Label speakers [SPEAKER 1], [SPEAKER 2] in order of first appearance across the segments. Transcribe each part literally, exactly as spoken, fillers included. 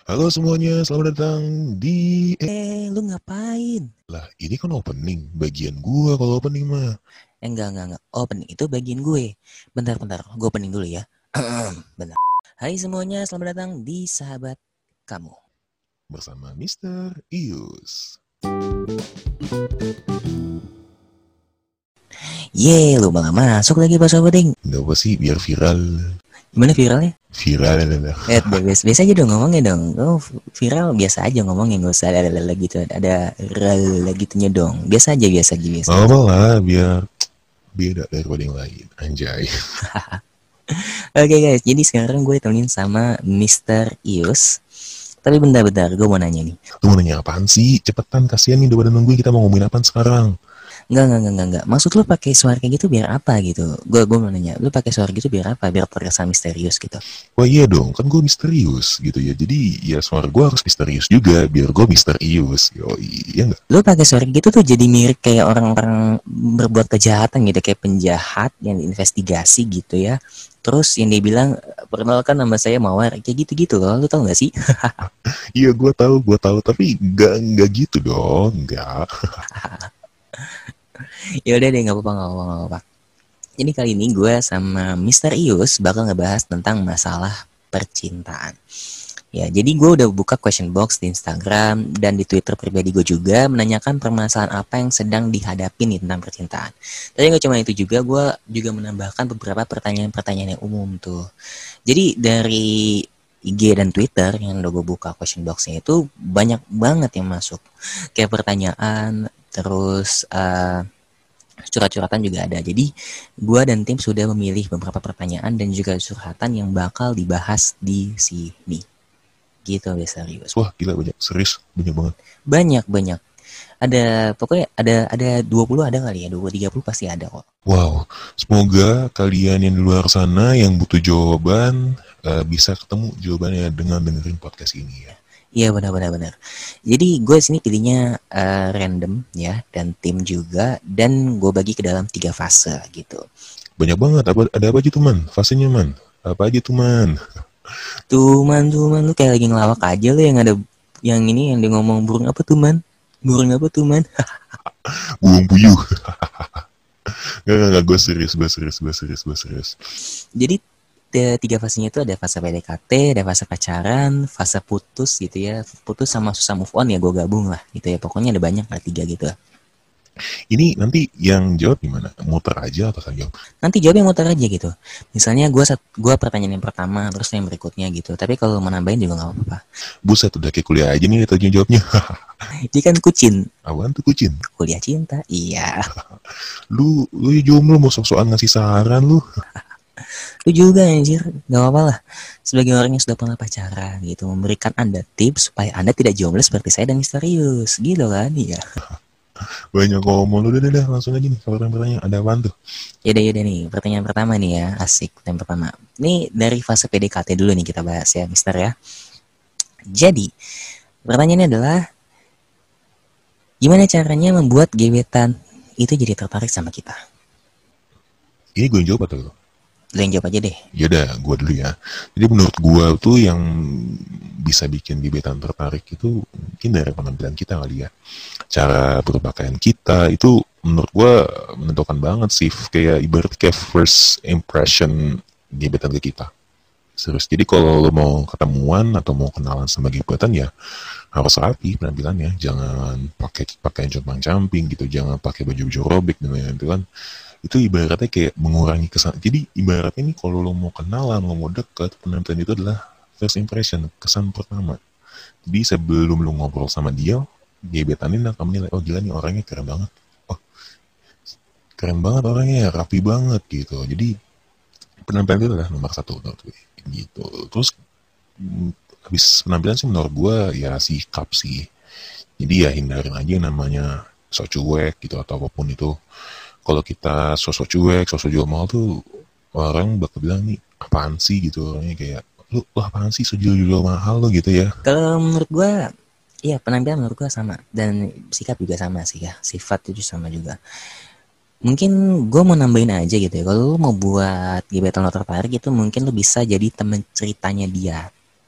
[SPEAKER 1] Halo semuanya, selamat datang di... Eh,
[SPEAKER 2] Eh, lu ngapain?
[SPEAKER 1] lah, ini kan opening. Bagian gua kalau opening mah.
[SPEAKER 2] Eh, enggak, enggak, enggak. Opening itu bagian gue. Bentar, bentar. Gue opening dulu ya. Bentar. Hai semuanya, selamat datang di Sahabat Kamu.
[SPEAKER 1] Bersama Mister Ius.
[SPEAKER 2] Ye, lu malah masuk lagi pas opening.
[SPEAKER 1] Gak apa sih, biar viral.
[SPEAKER 2] Gimana viralnya?
[SPEAKER 1] Viral lah.
[SPEAKER 2] Eh, biasa, biasa aja dong ngomongnya dong. Oh, viral biasa aja ngomongnya. Gak usah ada ada gitu. Ada rel gitunya dong. Biasa aja, biasa aja, biasa aja.
[SPEAKER 1] Apa lah, biar beda daripada yang lain. Anjay.
[SPEAKER 2] Oke guys, jadi sekarang gue temenin sama Mister Ius. Tapi bentar-bentar, gue mau nanya nih.
[SPEAKER 1] Lu mau nanya apaan sih? Cepetan, kasihan nih, udah pada nungguin kita mau ngomongin apaan sekarang.
[SPEAKER 2] Enggak, enggak, enggak, enggak, enggak. Maksud lu pakai suara kayak gitu biar apa gitu? Gue gue mau nanya, lu pakai suara gitu biar apa? Biar terkesan misterius gitu.
[SPEAKER 1] Wah iya dong, kan gue misterius gitu ya. Jadi ya suara gue harus misterius juga, biar gue misterius. Yo iya nggak?
[SPEAKER 2] Lu pakai suara gitu tuh jadi mirip kayak orang-orang berbuat kejahatan gitu, kayak penjahat yang diinvestigasi gitu ya. Terus yang dia bilang, perkenalkan nama saya Mawar, kayak gitu-gitu loh. Lu tau gak sih?
[SPEAKER 1] Iya gue tahu, gue tahu. Tapi nggak nggak gitu dong, nggak.
[SPEAKER 2] Ya udah deh, nggak apa-apa, nggak apa-apa, nggak apa-apa. Jadi kali ini gue sama Mister Ius bakal ngebahas tentang masalah percintaan. Ya, jadi gue udah buka question box di Instagram dan di Twitter pribadi gue juga menanyakan permasalahan apa yang sedang dihadapi nih tentang percintaan. Tapi nggak cuma itu juga, gue juga menambahkan beberapa pertanyaan-pertanyaan yang umum tuh. Jadi dari I G dan Twitter yang udah gue buka question boxnya itu banyak banget yang masuk. Kayak pertanyaan, terus uh, curhat-curhatan juga ada. Jadi gue dan tim sudah memilih beberapa pertanyaan dan juga curhatan yang bakal dibahas di sini. Gitu deh, serius.
[SPEAKER 1] Wah gila banyak, serius banyak banget.
[SPEAKER 2] Banyak, banyak. Ada, pokoknya ada ada dua puluh ada kali ya, dua puluh tiga puluh pasti ada kok.
[SPEAKER 1] Wow, semoga kalian yang di luar sana yang butuh jawaban uh, bisa ketemu jawabannya dengan dengerin podcast ini ya.
[SPEAKER 2] Iya, benar-benar benar. Jadi gue sini pilihnya uh, random ya, dan tim juga, dan gue bagi ke dalam tiga fase gitu.
[SPEAKER 1] Banyak banget, apa, ada apa aja tuh man? Fasenya man? Apa aja tuh man?
[SPEAKER 2] Tuh man, tuh man, lu kayak lagi ngelawak aja lo yang ada yang ini yang dia ngomong burung apa tuh man? Burung apa tuh man?
[SPEAKER 1] Burung puyuh. Gak, gak, gak, gue serius, gue serius, gue serius, gue serius.
[SPEAKER 2] Jadi tiga fasenya itu ada fase P D K T, ada fase pacaran, fase putus gitu ya. Putus sama susah move on ya gue gabung lah gitu ya. Pokoknya ada banyak lah tiga gitu.
[SPEAKER 1] Ini nanti yang jawab gimana? Muter aja atau kan jawab?
[SPEAKER 2] Nanti jawab yang muter aja gitu. Misalnya gue gue pertanyaan yang pertama, terus yang berikutnya gitu. Tapi kalau mau nambahin juga nggak apa-apa.
[SPEAKER 1] Buset, udah kayak kuliah aja nih tanya jawabnya.
[SPEAKER 2] Dia kan kucin.
[SPEAKER 1] Apaan tuh kucin?
[SPEAKER 2] Kuliah cinta. Iya.
[SPEAKER 1] Lu, lu jomblo mau sok-sokan ngasih saran lu.
[SPEAKER 2] Lu juga anjir. Gak apa-apa lah. Sebagai orang yang sudah pernah pacaran gitu. Memberikan Anda tips supaya Anda tidak jomblo seperti saya dan misterius. Gitu kan. Iya.
[SPEAKER 1] Banyak ngomong, lu udah, udah, langsung aja nih. Kalau pertanyaan ada apaan tuh?
[SPEAKER 2] Yaudah, yaudah nih. Pertanyaan pertama nih ya. Asik. Pertanyaan pertama. Ini dari fase P D K T dulu nih kita bahas ya, Mister ya. Jadi, pertanyaannya adalah, gimana caranya membuat gebetan itu jadi tertarik sama kita?
[SPEAKER 1] Ini gue yang jawab atau lu?
[SPEAKER 2] Lu yang jawab aja deh.
[SPEAKER 1] Yaudah, gue dulu ya. Jadi menurut gue tuh yang bisa bikin gebetan tertarik itu mungkin dari penampilan kita kali ya. Cara berpakaian kita itu menurut gue menentukan banget sih. Kayak ibarat kayak first impression gebetan ke kita. Serius. Jadi kalau lo mau ketemuan atau mau kenalan sama gebetan ya harus rapi penampilannya. Jangan pakai pakaian compang-camping gitu. Jangan pakai baju-baju robek dan lain-lain itu kan. Itu ibaratnya kayak mengurangi kesan. Jadi ibaratnya ini kalau lo mau kenalan, lo mau deket, penampilan itu adalah first impression, kesan pertama. Jadi sebelum lo ngobrol sama dia, gebetan ini akan menilai, oh gila nih orangnya keren banget. Oh, keren banget orangnya, rapi banget gitu. Jadi penampilan itu adalah nomor satu menurut gue. Gitu. Terus habis penampilan sih menurut gue ya sikap sih. Jadi ya hindarin aja yang namanya sok cuek gitu atau apapun itu. Kalau kita sosok cuek, sosok jual mahal tuh orang bakal bilang nih apaan sih gitu orangnya kayak lu, lu apaan sih sojul jual mahal lo gitu ya.
[SPEAKER 2] Kalau menurut gue, iya penampilan menurut gue sama. Dan sikap juga sama sih ya. Sifat itu sama juga. Mungkin gue mau nambahin aja gitu ya. Kalau lu mau buat gebetan lo tertarik itu mungkin lu bisa jadi temen ceritanya dia.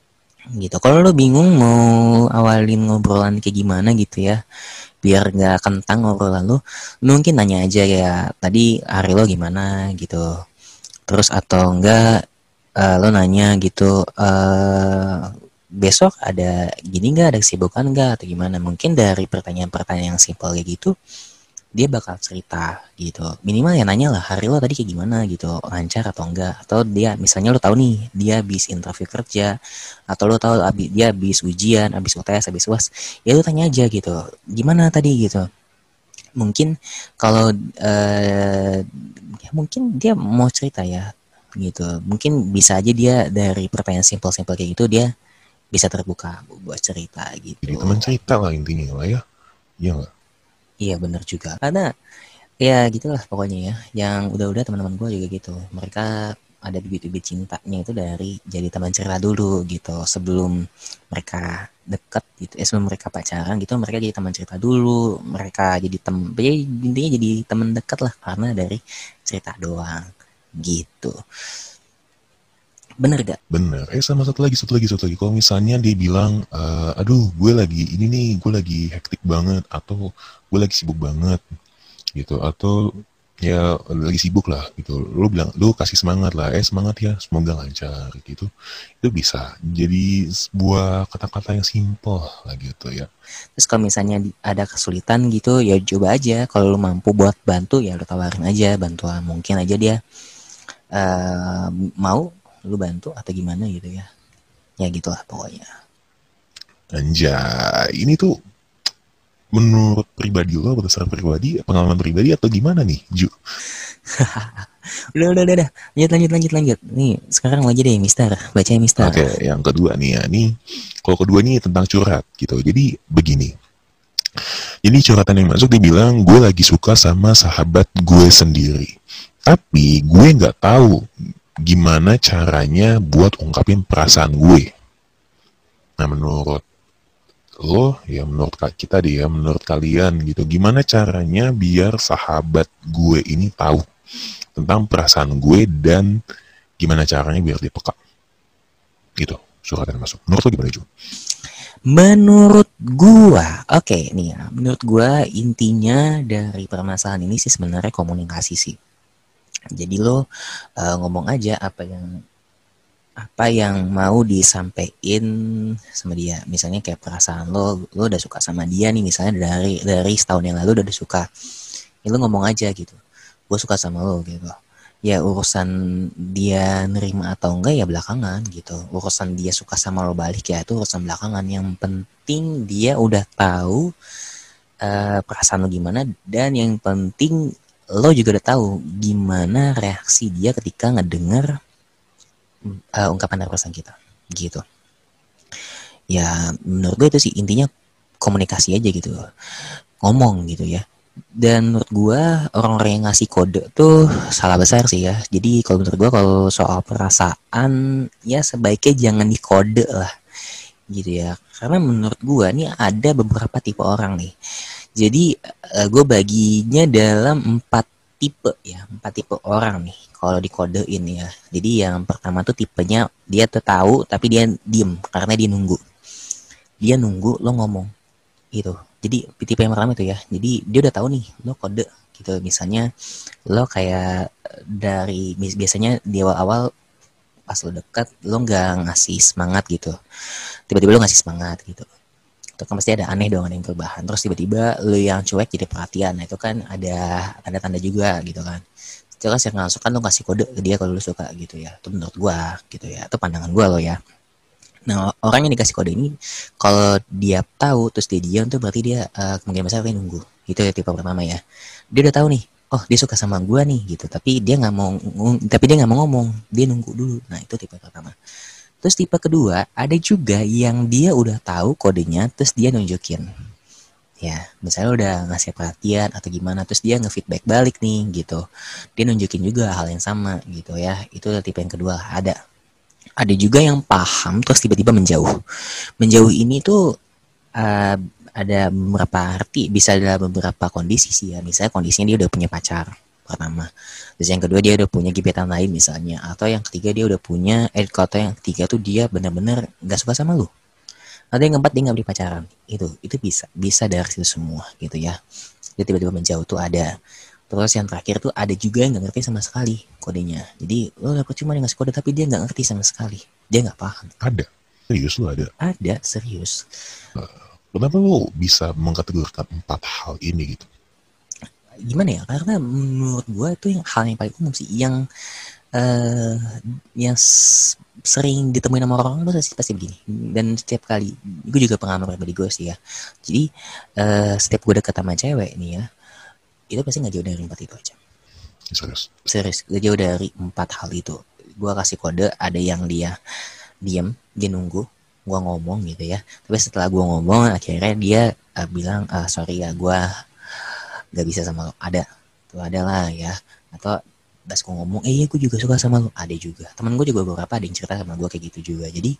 [SPEAKER 2] gitu. Kalau lo bingung mau awalin ngobrolan kayak gimana gitu ya, biar nggak kentang ngobrolan lo, mungkin nanya aja ya, tadi hari lo gimana gitu. Terus atau enggak eh, lo nanya gitu, eh besok ada gini nggak, ada kesibukan nggak atau gimana. Mungkin dari pertanyaan-pertanyaan yang simpel kayak gitu dia bakal cerita gitu. Minimal ya nanya lah, hari lo tadi kayak gimana gitu, lancar atau enggak. Atau dia misalnya lo tahu nih dia habis interview kerja, atau lo tahu abis, dia habis ujian, habis U T S, habis U A S, ya lo tanya aja gitu, gimana tadi gitu. Mungkin kalau eh, ya mungkin dia mau cerita ya gitu. Mungkin bisa aja dia dari pertanyaan simpel-simpel kayak gitu dia bisa terbuka buat cerita
[SPEAKER 1] Jadi
[SPEAKER 2] gitu.
[SPEAKER 1] teman cerita lah intinya lah ya. Iya nggak?
[SPEAKER 2] Iya bener juga. Karena ya gitulah pokoknya ya. Yang udah-udah teman-teman gue juga gitu. Mereka ada bibit-bibit cintanya itu dari jadi teman cerita dulu gitu. Sebelum mereka deket gitu. Eh, sebelum mereka pacaran gitu, mereka jadi teman cerita dulu. Mereka jadi tem, ya, intinya jadi teman dekat lah karena dari cerita doang gitu. Bener gak?
[SPEAKER 1] Bener. Eh sama satu lagi, satu lagi, satu lagi. Kalau misalnya dia bilang, eh, aduh gue lagi ini nih, gue lagi hektik banget, atau gue lagi sibuk banget, gitu. Atau ya lagi sibuk lah, gitu. Lu bilang, lu kasih semangat lah, eh semangat ya, semoga lancar, gitu. Itu bisa jadi sebuah kata-kata yang simple lah gitu ya.
[SPEAKER 2] Terus kalau misalnya ada kesulitan gitu ya coba aja. Kalau lu mampu buat bantu ya lu tawarin aja bantuan. Mungkin aja dia uh, mau lu bantu atau gimana gitu ya. Ya gitulah pokoknya.
[SPEAKER 1] Anjay, ini tuh menurut pribadi lo, berdasarkan pribadi, pengalaman pribadi atau gimana nih, Ju?
[SPEAKER 2] udah, udah, udah, udah. Lanjut, lanjut, lanjut, lanjut. Nih, sekarang lagi deh, Mister. Baca ya, Mister.
[SPEAKER 1] Oke, yang kedua nih ya, nih, kalau kedua nih tentang curhat gitu. Jadi begini. Jadi curhatan yang masuk dibilang, gue lagi suka sama sahabat gue sendiri. Tapi gue nggak tahu gimana caranya buat ungkapin perasaan gue. Nah, menurut lo, ya menurut kita deh ya, menurut kalian gitu, gimana caranya biar sahabat gue ini tahu tentang perasaan gue dan gimana caranya biar dia peka gitu, suratan masuk. Menurut lo gimana, Ju?
[SPEAKER 2] Menurut gua, oke okay, nih ya, menurut gua intinya dari permasalahan ini sih sebenarnya komunikasi sih. Jadi lo uh, ngomong aja apa yang apa yang mau disampaikan sama dia. Misalnya kayak perasaan lo, lo udah suka sama dia nih misalnya dari dari setahun yang lalu udah suka. Ya lo ngomong aja gitu. Gue suka sama lo gitu. Ya urusan dia nerima atau enggak ya belakangan gitu. Urusan dia suka sama lo balik ya itu urusan belakangan. Yang penting dia udah tahu uh, perasaan lo gimana, dan yang penting lo juga udah tahu gimana reaksi dia ketika ngedenger uh, ungkapan dari perasaan kita gitu. Ya menurut gue itu sih intinya komunikasi aja gitu, ngomong gitu ya. Dan menurut gue orang-orang yang ngasih kode tuh salah besar sih ya. Jadi kalau menurut gue kalau soal perasaan ya sebaiknya jangan dikode lah gitu ya. Karena menurut gue nih ada beberapa tipe orang nih. Jadi uh, gue baginya dalam empat tipe ya, empat tipe orang nih kalau dikodein ya. Jadi yang pertama tuh tipenya dia tuh tahu tapi dia diem karena dia nunggu. Dia nunggu lo ngomong gitu. Jadi tipe yang pertama itu ya. Jadi dia udah tahu nih lo kode gitu. Misalnya lo kayak dari biasanya di awal-awal pas lo dekat lo nggak ngasih semangat gitu. Tiba-tiba lo ngasih semangat gitu. Itu kan pasti ada aneh dong, ada yang perubahan. Terus tiba-tiba lo yang cuek jadi perhatian. Nah itu kan ada tanda-tanda juga gitu kan. Itu kan secara langsung kan lo ngasih kode ke dia kalau lo suka gitu ya. Itu menurut gua gitu ya. Itu pandangan gua lo ya. Nah orang yang dikasih kode ini kalau dia tahu terus dia diam tuh berarti dia uh, kemungkinan besar dia nunggu. Itu ya tipe pertama ya. Dia udah tahu nih, oh dia suka sama gua nih gitu. Tapi dia nggak mau, tapi dia nggak mau ngomong. Dia nunggu dulu. Nah itu tipe pertama. Terus tipe kedua ada juga yang dia udah tahu kodenya terus dia nunjukin. Ya misalnya udah ngasih perhatian atau gimana terus dia nge-feedback balik nih gitu. Dia nunjukin juga hal yang sama gitu ya. Itu tipe yang kedua ada. Ada juga yang paham terus tiba-tiba menjauh. Menjauh ini tuh uh, ada beberapa arti, bisa ada beberapa kondisi sih ya. Misalnya kondisinya dia udah punya pacar. pertama. Terus yang kedua dia udah punya gebetan lain misalnya, atau yang ketiga dia udah punya eh atau yang ketiga tuh dia benar-benar gak suka sama lu. Atau yang keempat dia nggak beli pacaran. Itu itu bisa bisa dari situ semua gitu ya. Dia tiba-tiba menjauh tuh ada. Terus yang terakhir tuh ada juga yang nggak ngerti sama sekali kodenya. Jadi lo dapet cuma yang ngasih kode tapi dia nggak ngerti sama sekali. Dia nggak paham.
[SPEAKER 1] Ada. Serius lo ada?
[SPEAKER 2] Ada, serius.
[SPEAKER 1] Uh, kenapa lo bisa mengkategorikan empat hal ini gitu?
[SPEAKER 2] Gimana ya? Karena menurut gue itu yang hal yang paling umum sih. Yang uh, yang s- sering ditemuin sama orang itu pasti, pasti begini. Dan setiap kali, gue juga pengalaman pribadi gue sih ya. Jadi uh, setiap gue deket sama cewek nih ya, itu pasti nggak jauh dari empat itu aja.
[SPEAKER 1] Serius?
[SPEAKER 2] Serius, gak jauh dari empat hal itu. Gue kasih kode, ada yang dia diam, dia nunggu gue ngomong gitu ya. Tapi setelah gue ngomong, akhirnya dia uh, bilang, ah, sorry ya, gue gak bisa sama lo. Ada, tuh ada lah ya. Atau pas gue ngomong, eh iya gue juga suka sama lo. Ada juga. Temen gue juga beberapa ada yang cerita sama gue kayak gitu juga. Jadi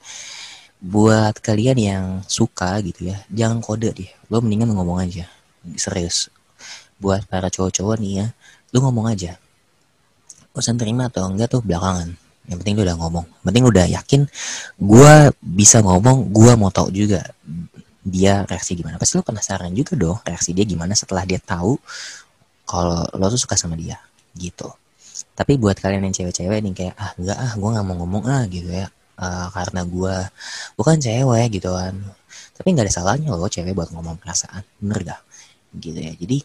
[SPEAKER 2] buat kalian yang suka gitu ya, jangan kode deh. Lo mendingan ngomong aja. Serius. Buat para cowok-cowok nih ya, lo ngomong aja. Urusan terima atau enggak tuh belakangan. Yang penting lu udah ngomong. Yang penting lu udah yakin gue bisa ngomong, gue mau tahu juga dia reaksi gimana. Pasti lu penasaran juga dong reaksi dia gimana setelah dia tahu kalau lo tuh suka sama dia gitu. Tapi buat kalian yang cewek-cewek nih kayak ah enggak ah gue nggak mau ngomong ah gitu ya, uh, karena gue bukan cewek gitu kan. Tapi nggak ada salahnya lo cewek buat ngomong perasaan, bener gak? Gitu ya. Jadi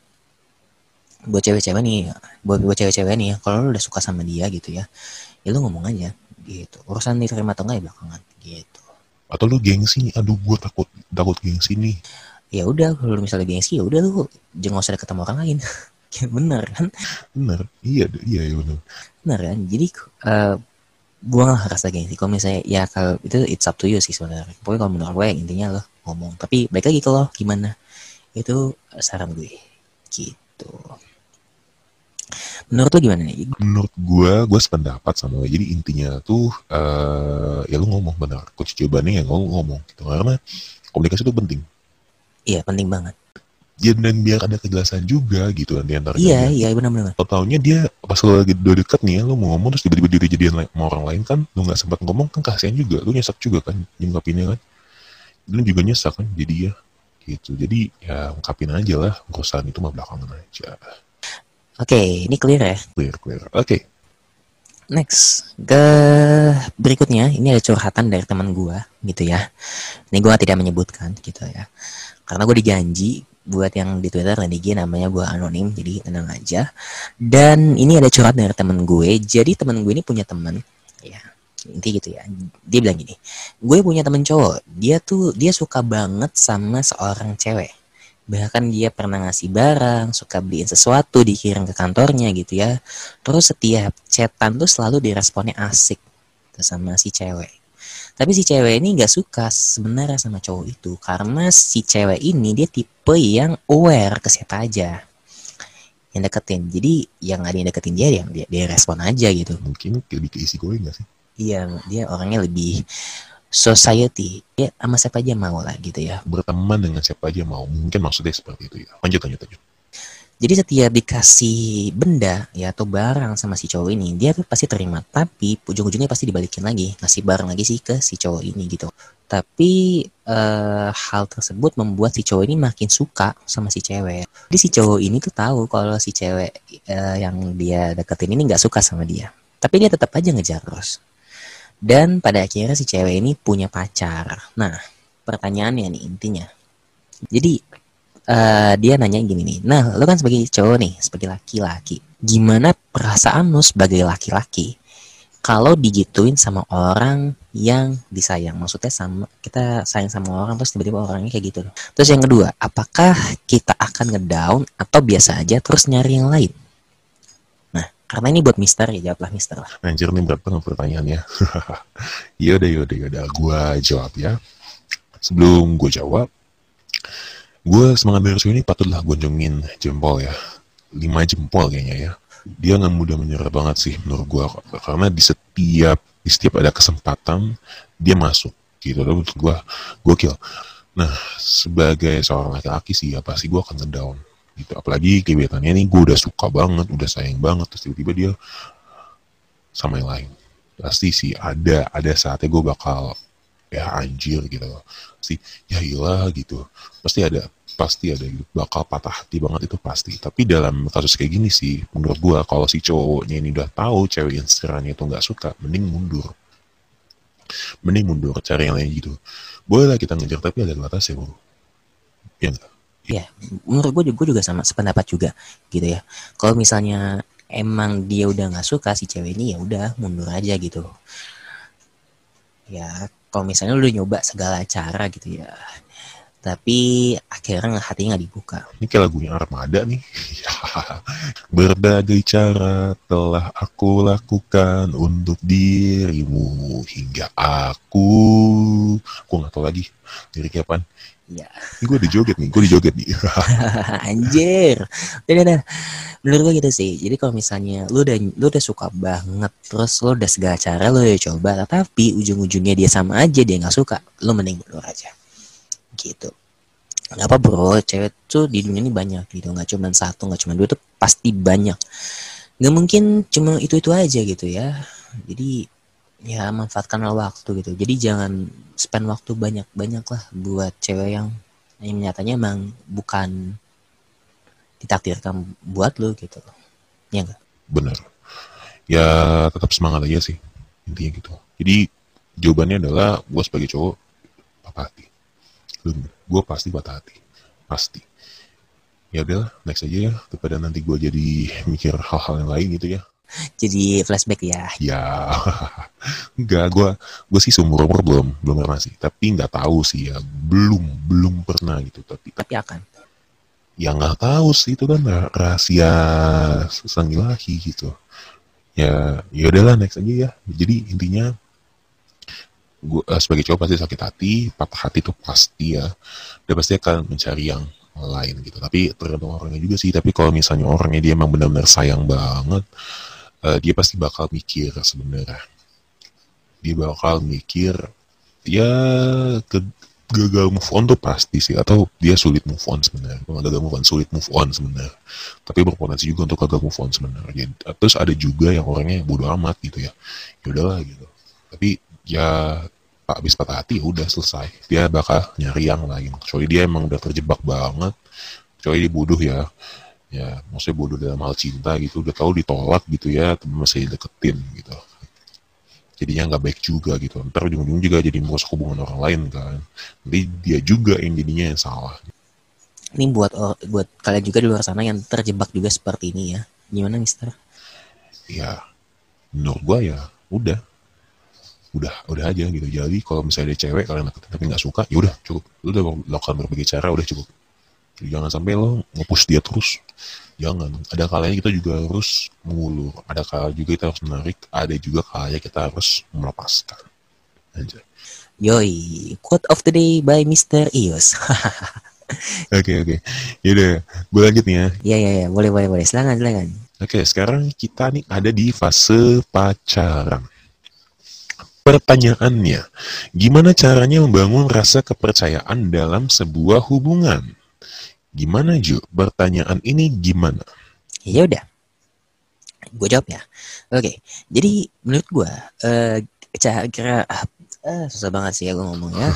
[SPEAKER 2] buat cewek-cewek nih, buat buat cewek-cewek nih, kalau lu udah suka sama dia gitu ya, ya lu ngomong aja gitu. Urusan diterima atau enggak ya belakangan gitu.
[SPEAKER 1] Atau lu gengsi nih, aduh gue takut takut gengsi nih.
[SPEAKER 2] Ya udah, kalau misalnya gengsi ya udah lu jangan usah deket sama orang lain. Ya bener kan?
[SPEAKER 1] Bener, iya iya iya bener.
[SPEAKER 2] Bener kan? Jadi uh, buanglah rasa gengsi. Kalau misalnya ya kalau itu it's up to you sih sebenarnya. Pokoknya kalau menurut gue intinya lo ngomong. Tapi balik lagi ke lo gimana? Itu saran gue gitu. Menurut lo gimana nih?
[SPEAKER 1] Menurut gue, gue sependapat sama lo. Jadi intinya tuh, uh, ya lu ngomong benar. Kunci jawabannya ya ngomong, ngomong gitu. Karena komunikasi itu penting.
[SPEAKER 2] Iya penting banget.
[SPEAKER 1] Ya, dan biar ada kejelasan juga gitu di antara
[SPEAKER 2] Iya
[SPEAKER 1] kalian.
[SPEAKER 2] iya benar-benar.
[SPEAKER 1] Taunya dia pas lo lagi udah deket nih ya, lo mau ngomong terus tiba-tiba dia jadian sama orang lain kan, lo nggak sempat ngomong kan kasihan juga, lo nyesek juga kan nyungkapinnya kan, lo juga nyesek kan jadi ya gitu. Jadi ya ungkapin aja lah, urusan itu mah belakangan aja.
[SPEAKER 2] Oke, ini clear ya.
[SPEAKER 1] Clear clear. Oke. Okay.
[SPEAKER 2] Next, ke berikutnya ini ada curhatan dari teman gue gitu ya. Ini gue tidak menyebutkan gitu ya, karena gue dijanji buat yang di Twitter dan di I G namanya gue anonim, jadi tenang aja. Dan ini ada curhat dari teman gue. Jadi teman gue ini punya teman, ya inti gitu ya. Dia bilang gini, gue punya teman cowok, dia tuh dia suka banget sama seorang cewek. Bahkan dia pernah ngasih barang, suka beliin sesuatu, dikirim ke kantornya gitu ya. Terus setiap chatan tuh selalu diresponnya asik tuh sama si cewek. Tapi si cewek ini gak suka sebenarnya sama cowok itu, karena si cewek ini dia tipe yang aware ke siapa aja yang deketin. Jadi yang ada yang deketin dia, dia, dia, dia respon aja gitu.
[SPEAKER 1] Mungkin lebih ke isi gue gak sih?
[SPEAKER 2] Iya, dia orangnya lebih society, ya sama siapa aja mau lah gitu ya.
[SPEAKER 1] Berteman dengan siapa aja mau, mungkin maksudnya seperti itu ya. Lanjut lanjut lanjut.
[SPEAKER 2] Jadi setiap dikasih benda ya atau barang sama si cowok ini, dia tuh pasti terima. Tapi ujung-ujungnya pasti dibalikin lagi, ngasih barang lagi sih ke si cowok ini gitu. Tapi uh, hal tersebut membuat si cowok ini makin suka sama si cewek. Jadi si cowok ini tuh tahu kalau si cewek uh, yang dia deketin ini nggak suka sama dia. Tapi dia tetap aja ngejar terus. Dan pada akhirnya si cewek ini punya pacar. Nah, pertanyaannya nih intinya. Jadi uh, dia nanya gini nih. Nah, lo kan sebagai cowok nih, sebagai laki-laki, gimana perasaan lo sebagai laki-laki kalau digituin sama orang yang disayang? Maksudnya sama kita sayang sama orang terus tiba-tiba orangnya kayak gitu loh. Terus yang kedua, apakah kita akan ngedown atau biasa aja terus nyari yang lain? Karena ini buat Mister ya, jawablah Mister lah.
[SPEAKER 1] Anjir nih berat banget pertanyaannya. Yaudah yaudah yaudah, gue jawab ya. Sebelum gue jawab, gue semangat dari ini patutlah gonjongin jempol ya. Lima jempol kayaknya ya. Dia nggak mudah menyerah banget sih menurut gue. Karena di setiap di setiap ada kesempatan dia masuk gitu. Dan menurut gue gokil. Nah sebagai seorang laki-laki sih ya pasti gue akan ngedown gitu. Apalagi gebetannya nih gue udah suka banget, udah sayang banget, terus tiba-tiba dia sama yang lain. Pasti sih ada ada saatnya gue bakal ya anjir gitu loh. Pasti ya iyalah gitu. Pasti ada pasti ada gitu. Bakal patah hati banget itu pasti. Tapi dalam kasus kayak gini sih, menurut gue kalau si cowoknya ini udah tahu cewek yang sekiranya itu nggak suka, mending mundur. Mending mundur, cari yang lain gitu. Boleh lah kita ngejar, tapi ada batasnya bro. Ya enggak?
[SPEAKER 2] Ya, menurut gue juga, juga sama sependapat juga gitu ya. Kalau misalnya emang dia udah nggak suka si cewek ini, ya udah mundur aja gitu. Ya, kalau misalnya lu udah nyoba segala cara gitu ya, tapi akhirnya hatinya nggak dibuka.
[SPEAKER 1] Ini kayak lagunya Armada nih. Berbagai cara telah aku lakukan untuk dirimu hingga aku. Aku nggak tahu lagi liriknya apaan.
[SPEAKER 2] Ya.
[SPEAKER 1] Ini gue dijoget nih, gue dijoget nih.
[SPEAKER 2] Anjir. Udah, udah. Menurut gue gitu sih. Jadi kalau misalnya lu udah lu udah suka banget, terus lu udah segala cara lu udah coba, tapi ujung-ujungnya dia sama aja, dia nggak suka, lu mending mundur aja. Gitu. Kenapa bro? Cewek tuh di dunia ini banyak gitu, nggak cuma satu, nggak cuma dua, tuh pasti banyak. Nggak mungkin cuma itu itu aja gitu ya. Jadi ya manfaatkanlah waktu gitu. Jadi jangan spend waktu banyak-banyak lah buat cewek yang yang nyatanya emang bukan ditakdirkan buat lu gitu. Ya enggak?
[SPEAKER 1] Bener. Ya tetap semangat aja sih intinya gitu. Jadi jawabannya adalah gue sebagai cowok patah hati. Gue pasti patah hati, pasti. Ya udahlah, next aja ya, daripada nanti gue jadi mikir hal-hal yang lain gitu ya.
[SPEAKER 2] Jadi flashback ya.
[SPEAKER 1] Ya, enggak, gue gue sih seumur umur belum belum pernah sih, tapi nggak tahu sih ya, belum belum pernah gitu, tapi
[SPEAKER 2] Tapi akan.
[SPEAKER 1] ya nggak tahu sih, itu kan rahasia sang ilahi gitu. Ya, ya udahlah next aja ya. Jadi intinya gue uh, sebagai cowok pasti sakit hati, patah hati itu pasti ya, dia pasti akan mencari yang lain gitu. Tapi tergantung orangnya juga sih. Tapi kalau misalnya orangnya dia emang benar-benar sayang banget, uh, dia pasti bakal mikir sebenarnya. Dia bakal mikir ya ke gagal move on tuh pasti sih, atau dia sulit move on sebenarnya. Kalau gagal move on, sulit move on sebenarnya. Tapi berpotensi juga untuk gagal move on sebenarnya. Terus ada juga yang orangnya bodo amat gitu ya. Ya udahlah gitu. Tapi ya pak habis patah hati ya udah selesai, dia bakal nyari yang lain. Kecuali dia emang udah terjebak banget, kecuali dia bodoh ya, ya maksudnya bodoh dalam hal cinta gitu, udah tahu ditolak gitu ya, tapi masih deketin gitu. Jadinya nggak baik juga gitu. Ntar ujung-ujung juga jadi merusak hubungan orang lain kan. Nanti dia juga yang jadinya yang salah.
[SPEAKER 2] Ini buat buat kalian juga di luar sana yang terjebak juga seperti ini ya. Gimana, Mister?
[SPEAKER 1] Ya, menurut gua ya udah. udah udah aja gitu. Jadi kalau misalnya ada cewek kalian deketin tapi nggak suka, ya udah cukup, lu udah lakukan berbagai cara, udah cukup. Jadi jangan sampai lo nge-push dia terus, jangan. Ada kalanya kita juga harus mengulur, ada kalanya juga kita harus menarik, ada juga kalanya kita harus melepaskan aja.
[SPEAKER 2] Yoi, quote of the day by Mister Ios.
[SPEAKER 1] Oke oke, yaudah gue lanjut nih ya.
[SPEAKER 2] Iya iya ya, boleh boleh boleh, silakan silakan.
[SPEAKER 1] Oke, sekarang kita nih ada di fase pacaran. Pertanyaannya, gimana caranya membangun rasa kepercayaan dalam sebuah hubungan? Gimana Ju? Pertanyaan ini gimana?
[SPEAKER 2] Ya udah, gue jawab ya. Oke, jadi menurut gue, uh, cara uh, susah banget sih ya gue ngomongnya.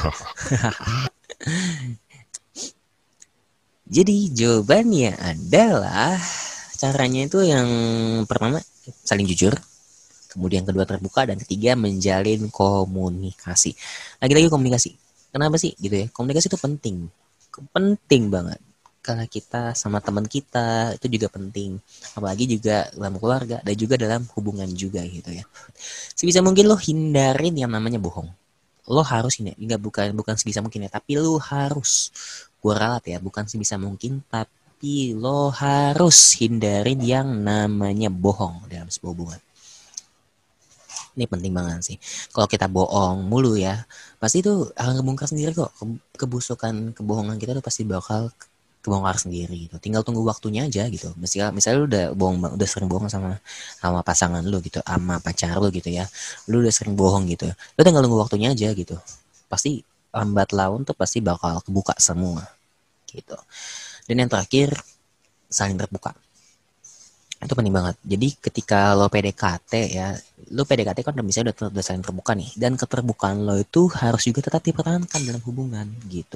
[SPEAKER 2] Jadi jawabannya adalah caranya itu yang pertama saling jujur. Kemudian kedua terbuka, dan ketiga menjalin komunikasi. Lagi-lagi komunikasi. Kenapa sih gitu ya? Komunikasi itu penting. Penting banget. Karena kita sama teman kita itu juga penting. Apalagi juga dalam keluarga dan juga dalam hubungan juga gitu ya. Sebisa mungkin lo hindarin yang namanya bohong. Lo harus ini, enggak bukan bukan sebisa mungkin ya, tapi lo harus. Gue ralat ya, bukan sebisa mungkin, tapi lo harus hindarin yang namanya bohong dalam sebuah hubungan. Ini penting banget sih. Kalau kita bohong mulu ya, pasti itu akan kebongkar sendiri kok. Kebusukan, kebohongan kita tuh pasti bakal kebongkar sendiri gitu. Tinggal tunggu waktunya aja gitu. Misalnya, misalnya lu udah bohong, udah sering bohong sama sama pasangan lu gitu, sama pacar lu gitu ya. Lu udah sering bohong gitu. Lu tinggal tunggu waktunya aja gitu. Pasti lambat laun tuh pasti bakal kebuka semua gitu. Dan yang terakhir, saling terbuka. Itu penting banget. Jadi ketika lo P D K T ya, lo P D K T kan misalnya udah, udah saling terbuka nih, dan keterbukaan lo itu harus juga tetap dipertahankan dalam hubungan gitu.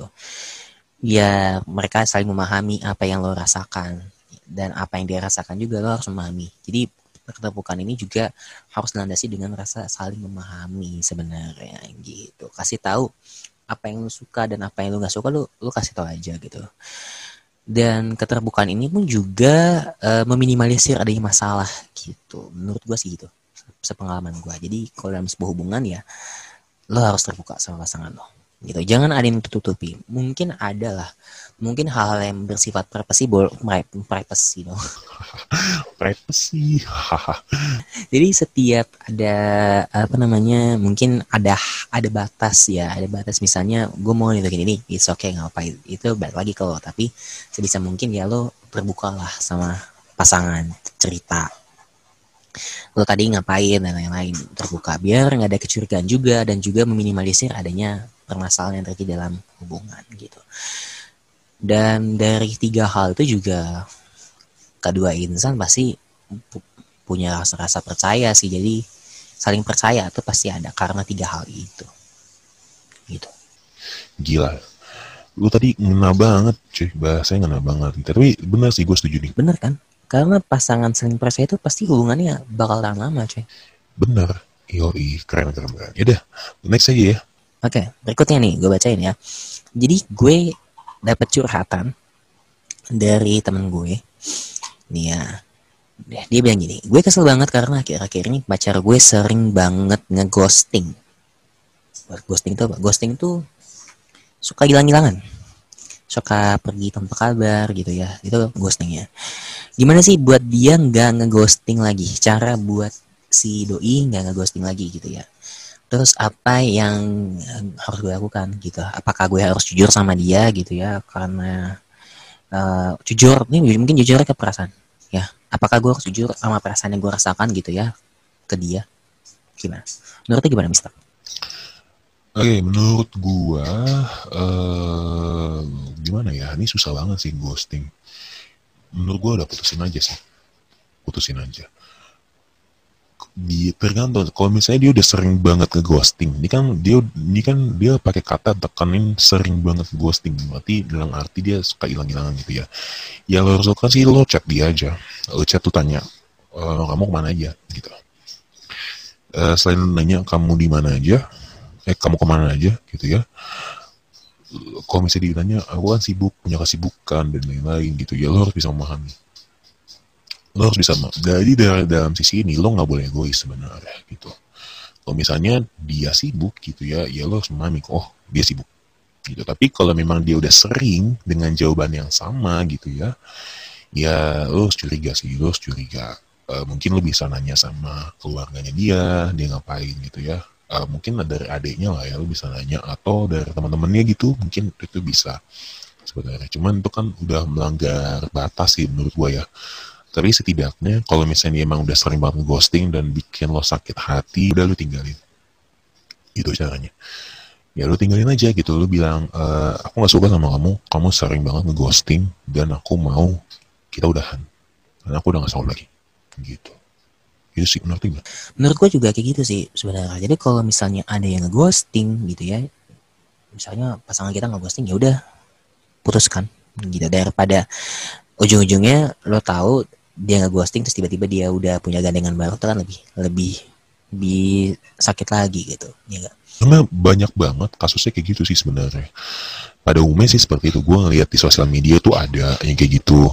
[SPEAKER 2] Ya mereka saling memahami apa yang lo rasakan, dan apa yang dia rasakan juga lo harus memahami. Jadi keterbukaan ini juga harus dilandasi dengan rasa saling memahami sebenarnya gitu. Kasih tahu apa yang lo suka dan apa yang lo nggak suka, lo lo kasih tahu aja gitu. Dan keterbukaan ini pun juga uh, meminimalisir adanya masalah gitu. Menurut gue sih gitu, sepengalaman gue. Jadi kalau dalam sebuah hubungan ya, lo harus terbuka sama pasangan lo gitu. Jangan ada yang tutup-tutupi. Mungkin ada lah, mungkin hal-hal yang bersifat privacy, privacy dong.
[SPEAKER 1] Privacy.
[SPEAKER 2] Jadi setiap ada apa namanya, mungkin ada ada batas ya, ada batas. Misalnya gue mau nunjukin ini, it's okay, nggak apa, itu balik lagi ke lo. Tapi sebisa mungkin ya lo terbukalah sama pasangan, cerita lo tadi ngapain dan lain-lain, terbuka biar nggak ada kecurigaan juga, dan juga meminimalisir adanya permasalahan yang terjadi dalam hubungan gitu. Dan dari tiga hal itu juga kedua insan pasti punya rasa-rasa percaya sih. Jadi saling percaya itu pasti ada karena tiga hal itu gitu.
[SPEAKER 1] Gila, lu tadi ngena banget cuy, bahasanya ngena banget. Tapi benar sih, gue setuju nih.
[SPEAKER 2] Bener kan? Karena pasangan saling percaya itu pasti hubungannya bakal tahan lama cuy.
[SPEAKER 1] Bener. Yoi, keren keren keren. Yaudah, next aja ya.
[SPEAKER 2] Oke, okay, berikutnya nih gue bacain ya. Jadi gue dapet curhatan dari temen gue nih ya. Dia bilang gini, gue kesel banget karena akhir-akhir ini pacar gue sering banget ngeghosting. Ghosting itu apa? Ghosting itu suka hilang-hilangan, suka pergi tanpa kabar gitu ya. Itu ghostingnya. Gimana sih buat dia nggak ngeghosting lagi? Cara buat si doi nggak ngeghosting lagi gitu ya. Terus apa yang harus gue lakukan gitu? Apakah gue harus jujur sama dia gitu ya? Karena uh, jujur, ini mungkin jujur ke perasaan ya. Apakah gue harus jujur sama perasaan yang gue rasakan gitu ya ke dia? Gimana? Menurutnya gimana, Mister?
[SPEAKER 1] Oke, okay, menurut gue uh, gimana ya? Ini susah banget sih ghosting. Menurut gue udah putusin aja sih, putusin aja. Di tergantung, kalau misalnya dia udah sering banget nge-ghosting, ini kan dia ini kan dia pakai kata tekanin sering banget ghosting, berarti dalam arti dia suka hilang-hilangan gitu ya. Ya lo harus lakukan sih, lo chat dia aja, lo chat tuh tanya, e, kamu kemana aja gitu. E, selain nanya kamu di mana aja, eh kamu kemana aja gitu ya. Kalau misalnya ditanya, aku kan sibuk, punya kesibukan dan lain-lain gitu ya, lo harus bisa memahami. Lo harus bisa, jadi dari dalam sisi ini lo nggak boleh egois sebenarnya gitu. Kalau misalnya dia sibuk gitu ya, ya lo harus memahami, oh dia sibuk gitu. Tapi kalau memang dia udah sering dengan jawaban yang sama gitu ya, ya lo harus curiga sih, lo harus curiga. Uh, mungkin lo bisa nanya sama keluarganya dia, dia ngapain gitu ya. Uh, mungkin dari adiknya lah ya, lo bisa nanya, atau dari teman-temannya gitu, mungkin itu bisa sebenarnya. Cuman itu kan udah melanggar batas sih menurut gue ya. Tapi setidaknya kalau misalnya emang udah sering banget ghosting dan bikin lo sakit hati, udah lo tinggalin. Itu caranya. Ya lo tinggalin aja gitu, lo bilang, e, aku gak suka sama kamu, kamu sering banget nge-ghosting, dan aku mau kita udahan, karena aku udah gak sanggup lagi. Gitu. Itu sih menurut gue.
[SPEAKER 2] Menurut gue juga kayak gitu sih sebenarnya. Jadi kalau misalnya ada yang nge-ghosting gitu ya, misalnya pasangan kita nge-ghosting, ya udah putuskan gitu, daripada ujung-ujungnya lo tahu dia nge-ghosting terus tiba-tiba dia udah punya gandengan baru, itu kan lebih lebih lebih sakit lagi gitu ya gak?
[SPEAKER 1] Karena banyak banget kasusnya kayak gitu sih sebenarnya. Pada umumnya sih seperti itu. Gue ngeliat di sosial media tuh ada yang kayak gitu.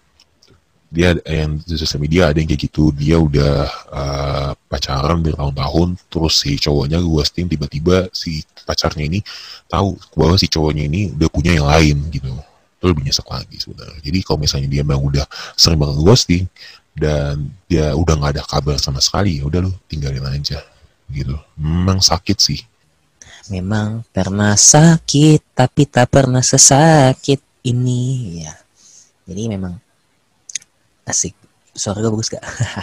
[SPEAKER 1] Dia yang di sosial media ada yang kayak gitu. Dia udah uh, pacaran bertahun-tahun, terus si cowoknya ghosting, tiba-tiba si pacarnya ini tahu bahwa si cowoknya ini udah punya yang lain gitu. Itu lebih nyesek lagi sebenarnya. Jadi kalau misalnya dia memang udah sering banget ghosting dan dia udah nggak ada kabar sama sekali, ya udah lu tinggalin aja gitu. Memang sakit sih.
[SPEAKER 2] Memang pernah sakit tapi tak pernah sesakit ini ya. Jadi memang asik. Suara gue bagus gak?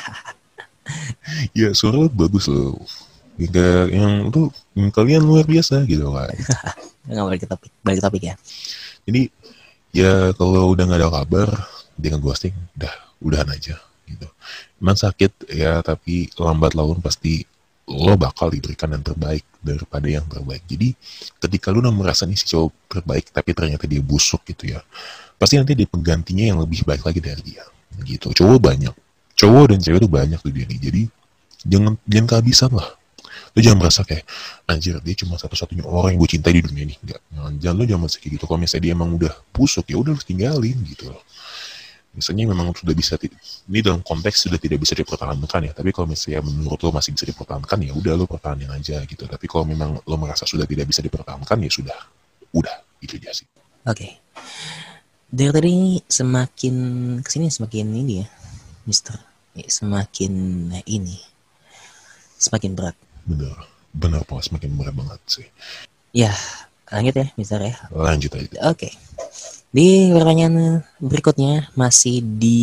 [SPEAKER 1] Ya suara lu bagus loh. Yang, yang tuh yang kalian luar biasa gitu kan.
[SPEAKER 2] Nggak balik ke topik, balik ke topik ya.
[SPEAKER 1] Jadi ya kalau udah nggak ada kabar, dia ngeghosting, udah udahan aja gitu. Emang sakit ya, tapi lambat laun pasti lo bakal diberikan yang terbaik daripada yang terbaik. Jadi ketika lu udah merasa nih si cowok terbaik tapi ternyata dia busuk gitu ya, pasti nanti dia penggantinya yang lebih baik lagi dari dia gitu. Cowok banyak, cowok dan cewek tuh banyak di dunia ini. Jadi jangan jangan kehabisan lah. Lu jangan merasa kayak anjir dia cuma satu-satunya orang yang gue cintai di dunia ini. Enggak, jangan, jangan lu jangan merasa kayak gitu. Kalau misalnya dia emang udah busuk ya udah lu tinggalin gitu loh. Misalnya memang sudah bisa, ini dalam konteks sudah tidak bisa dipertahankan ya, tapi kalau misalnya menurut lo masih bisa dipertahankan ya udah lo pertahanin aja gitu. Tapi kalau memang lo merasa sudah tidak bisa dipertahankan ya sudah, udah itu aja sih.
[SPEAKER 2] Oke, okay. Dari tadi semakin kesini semakin ini ya, Mister, semakin ini, semakin berat.
[SPEAKER 1] Bener, bener po, semakin berat banget sih.
[SPEAKER 2] Ya, lanjut ya, Mister ya.
[SPEAKER 1] Lanjut aja.
[SPEAKER 2] Oke. Okay. Di pertanyaan berikutnya masih di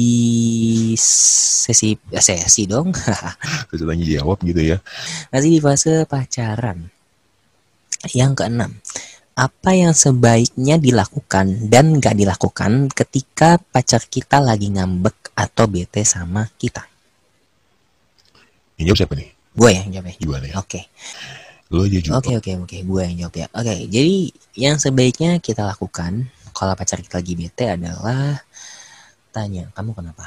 [SPEAKER 2] sesi sesi dong.
[SPEAKER 1] Sesi tanya jawab gitu ya.
[SPEAKER 2] Masih di fase pacaran. Yang keenam, apa yang sebaiknya dilakukan dan gak dilakukan ketika pacar kita lagi ngambek atau bete sama kita?
[SPEAKER 1] Yang jawab siapa nih?
[SPEAKER 2] Gue yang jawab ya.
[SPEAKER 1] Gimana ya?
[SPEAKER 2] Oke. Okay.
[SPEAKER 1] Lo aja juga.
[SPEAKER 2] Oke okay, oke okay, oke, okay. Gue yang jawab ya. Oke, okay, jadi yang sebaiknya kita lakukan kalau pacar kita lagi bete adalah tanya, kamu kenapa?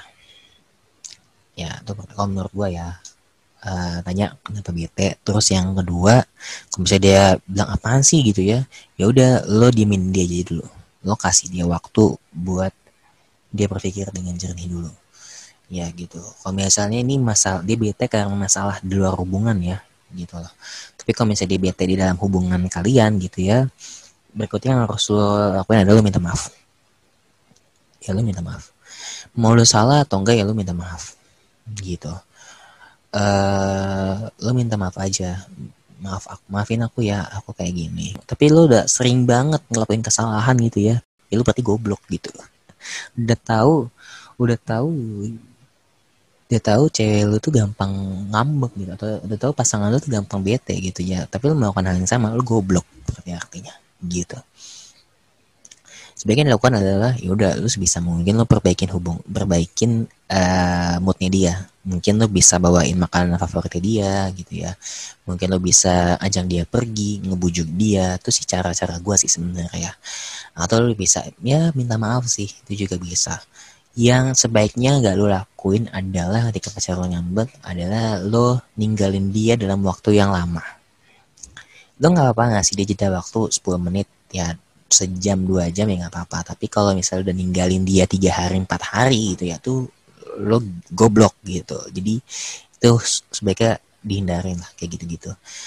[SPEAKER 2] Ya, itu kalau menurut gue ya, uh, tanya kenapa bete. Terus yang kedua, kalau misalnya dia bilang apaan sih gitu ya, ya udah lo diemin dia aja dulu. Lo kasih dia waktu buat dia berpikir dengan jernih dulu. Ya gitu. Kalau misalnya ini masalah dia bete karena masalah di luar hubungan ya, gitu loh. Tapi kalau misalnya dia bete di dalam hubungan kalian gitu ya, berikutnya yang harus lo lakuin adalah lo minta maaf. Ya lo minta maaf. Mau lo salah atau enggak ya lo minta maaf. Gitu. Uh, lo minta maaf aja. Maaf aku, maafin aku ya, aku kayak gini. Tapi lo udah sering banget ngelakuin kesalahan gitu ya. Ya lo berarti goblok gitu. Udah tahu, udah tahu, udah tahu cewek lo tuh gampang ngambek gitu, atau udah tahu pasangan lo tuh gampang bete gitu ya. Tapi lo melakukan hal yang sama, lo goblok berarti artinya. Gitu. Sebaiknya dilakukan adalah ya udah lu sebisa mungkin lu perbaikin hubung, perbaikin uh, moodnya dia. Mungkin lu bisa bawain makanan favoritnya dia gitu ya. Mungkin lu bisa ajak dia pergi, ngebujuk dia. Itu sih cara-cara gue sih sebenarnya. Atau lu bisa ya minta maaf sih, itu juga bisa. Yang sebaiknya gak lu lakuin adalah ketika pacar lu ngambek adalah lu ninggalin dia dalam waktu yang lama. Lo gak apa-apa ngasih dia jeda waktu sepuluh menit ya, sejam dua jam ya gak apa-apa. Tapi kalau misalnya udah ninggalin dia tiga hari empat hari gitu ya, tuh lo goblok gitu. Jadi itu sebaiknya dihindarin lah kayak gitu-gitu.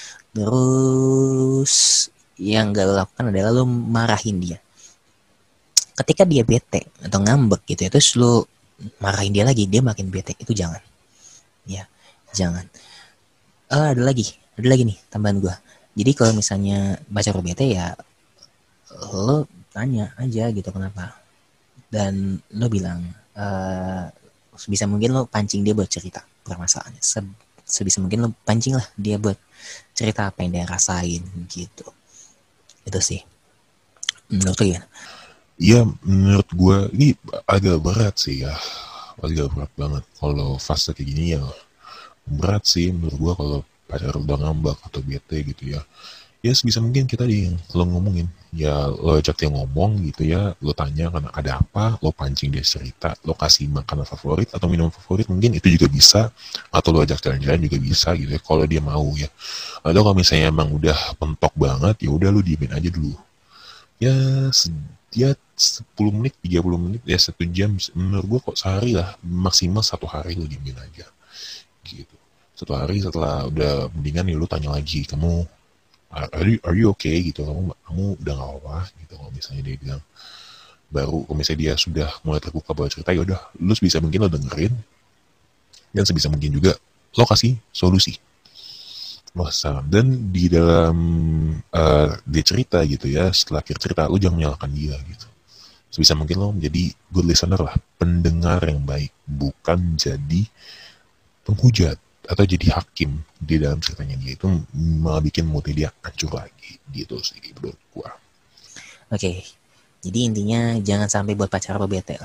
[SPEAKER 2] Terus yang gak lo lakukan adalah lo marahin dia ketika dia bete atau ngambek gitu ya, terus lo marahin dia lagi, dia makin bete. Itu jangan ya, jangan. uh, ada lagi ada lagi nih tambahan gue. Jadi kalau misalnya baca lo bete ya lo tanya aja gitu kenapa, dan lo bilang uh, sebisa mungkin lo pancing dia buat cerita permasalahannya. Se- sebisa mungkin lo pancing lah dia buat cerita apa yang dia rasain gitu. Itu sih menurut lo gimana?
[SPEAKER 1] Iya, menurut gue ini agak berat sih ya, agak berat banget kalau fase kayak gini ya. Berat sih menurut gue kalau pacar udah ngambak atau bete gitu ya. Ya sebisa mungkin kita di lo ngomongin, ya lo ajak dia ngomong gitu ya, lo tanya karena ada apa, lo pancing dia cerita, lo kasih makanan favorit atau minum favorit mungkin itu juga bisa, atau lo ajak jalan-jalan juga bisa gitu ya kalau dia mau ya. Atau kalau misalnya emang udah pentok banget ya udah lo diemin aja dulu. Ya dia sepuluh menit, tiga puluh menit, ya satu jam menurut gue kok sehari lah, maksimal satu hari lo diemin aja gitu. Satu hari setelah udah mendingan ya lo tanya lagi, kamu are you, are you okay gitu, kamu kamu udah gak apa-apa gitu. Kalau misalnya dia bilang baru, kalau misalnya dia sudah mulai terbuka buat cerita, ya udah lu sebisa mungkin lo dengerin, dan sebisa mungkin juga lo kasih solusi. Masa dan di dalam uh, dia cerita gitu ya, setelah akhir cerita lo jangan menyalahkan dia gitu. Sebisa mungkin lo menjadi good listener lah, pendengar yang baik, bukan jadi penghujat atau jadi hakim di dalam ceritanya dia. Itu malah bikin moodnya dia hancur lagi gitu sih menurut gua.
[SPEAKER 2] Oke, jadi intinya jangan sampai buat pacar lo bete lah.